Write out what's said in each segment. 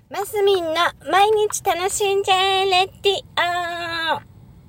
マスミンの毎日楽しんじゃえレディオ。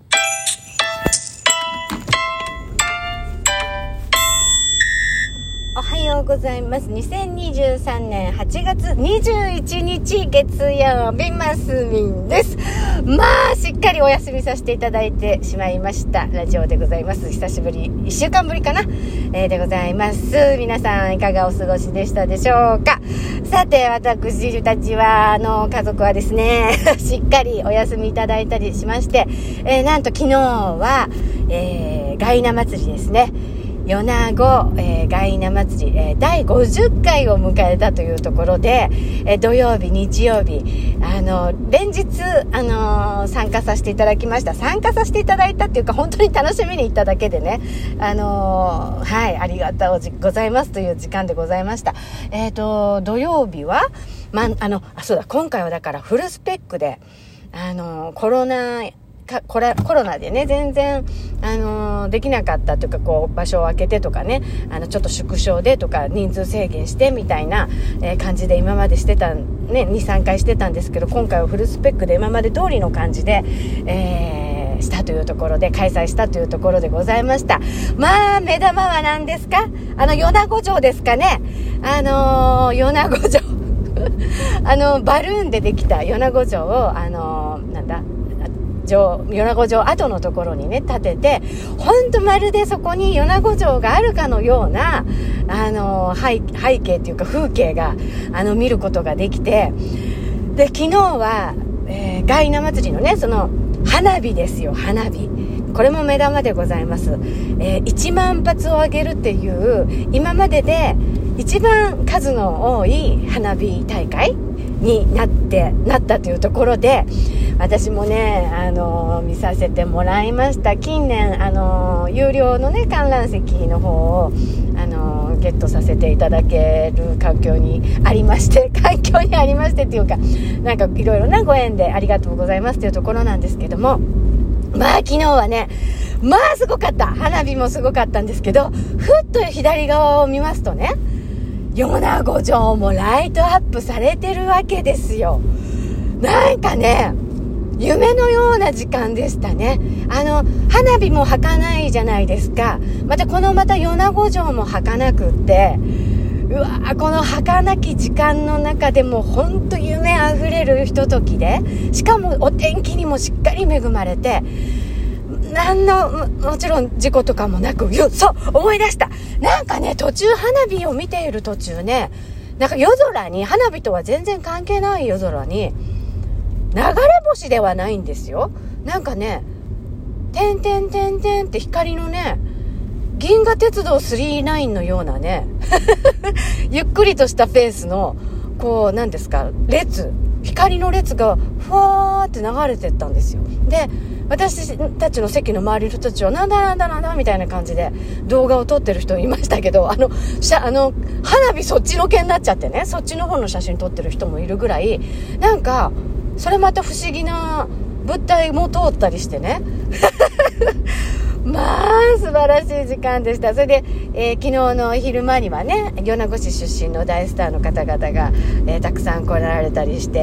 おはようございます。2023年8月21日月曜日、マスミンです。しっかりお休みさせていただいてしまいましたラジオでございます。久しぶり、1週間ぶりかな、でございます。皆さんいかがお過ごしでしたでしょうか。さて、私たちは家族はですねしっかりお休みいただいたりしまして、なんと昨日は、ガイナ祭りですね。米子、ガイナ祭り、第50回を迎えたというところで、土曜日日曜日連日参加させていただきました。参加させていただいたっていうか、本当に楽しみに行っただけでね、はい、ありがとうございますという時間でございました。土曜日はそうだ、今回はだからフルスペックでコロナでね、全然できなかったというか、場所を空けてとかね、ちょっと縮小でとか人数制限してみたいな、感じで今までしてたね、2、3回してたんですけど、今回はフルスペックで今まで通りの感じで、したというところで、開催したというところでございました。目玉は何ですか？米子城ですかね。米子城バルーンでできた米子城を米子城跡のところにね建てて、ほんとまるでそこに米子城があるかのような背景っていうか風景が見ることができて、で昨日は、ガイナ祭りのね、その花火ですよ。花火、これも目玉でございます。1万発を上げるっていう今までで一番数の多い花火大会になったというところで、私もね見させてもらいました。近年有料のね観覧席の方をゲットさせていただける環境にありましてっていうか、なんかいろいろなご縁でありがとうございますというところなんですけども、昨日はねすごかった。花火もすごかったんですけど、ふっと左側を見ますとね、米子城もライトアップされてるわけですよ。なんかね、夢のような時間でしたね。花火も儚いじゃないですか。また米子城も儚くって、この儚き時間の中でも本当夢あふれるひとときで、しかもお天気にもしっかり恵まれて、もちろん事故とかもなく、そう思い出した。なんかね、途中花火を見ている途中ね、なんか夜空に、花火とは全然関係ない夜空に、流れ星ではないんですよ。なんかね、てんてんてんてんって光のね、銀河鉄道999のようなねゆっくりとしたペースの何ですか、光の列がふわーって流れてったんですよ。で、私たちの席の周りの人たちはなんだみたいな感じで動画を撮ってる人いましたけど、花火そっちのけになっちゃってね、そっちの方の写真撮ってる人もいるぐらい、なんかそれまた不思議な物体も通ったりしてね素晴らしい時間でした。それで、昨日の昼間にはね、米子市出身の大スターの方々が、たくさん来られたりして、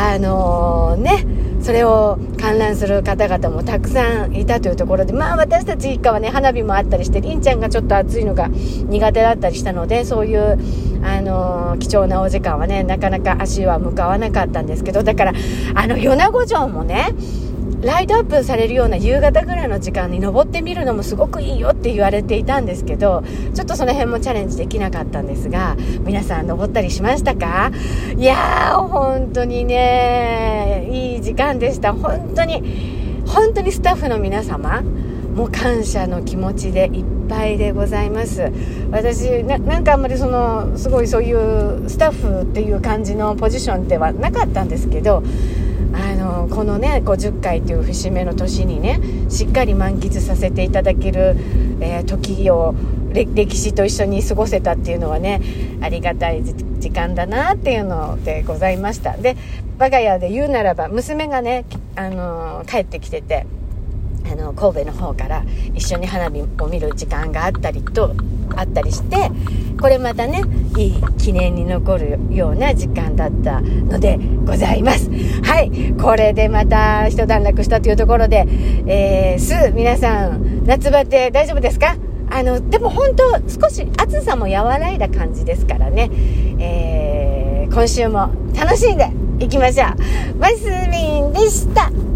それを観覧する方々もたくさんいたというところで、私たち一家はね、花火もあったりして、りんちゃんがちょっと暑いのが苦手だったりしたので、そういう貴重なお時間はね、なかなか足は向かわなかったんですけど、だから米子城もね、ライトアップされるような夕方ぐらいの時間に登ってみるのもすごくいいよって言われていたんですけど、ちょっとその辺もチャレンジできなかったんですが、皆さん登ったりしましたか？いやー、本当にね、いい時間でした。本当にスタッフの皆様もう感謝の気持ちでいっぱいでございます。私なんかあんまりすごいそういうスタッフっていう感じのポジションではなかったんですけど、このね50回という節目の年にね、しっかり満喫させていただける、時を歴史と一緒に過ごせたっていうのはね、ありがたい時間だなっていうのでございました。で、我が家で言うならば娘がね帰ってきてて、 神戸の方から一緒に花火を見る時間があったりして、これまたねいい記念に残るような時間だったのでございます。はい、これでまた一段落したというところで、皆さん夏バテ大丈夫ですか？でも本当少し暑さも和らいだ感じですからね、今週も楽しんでいきましょう。マスミンでした。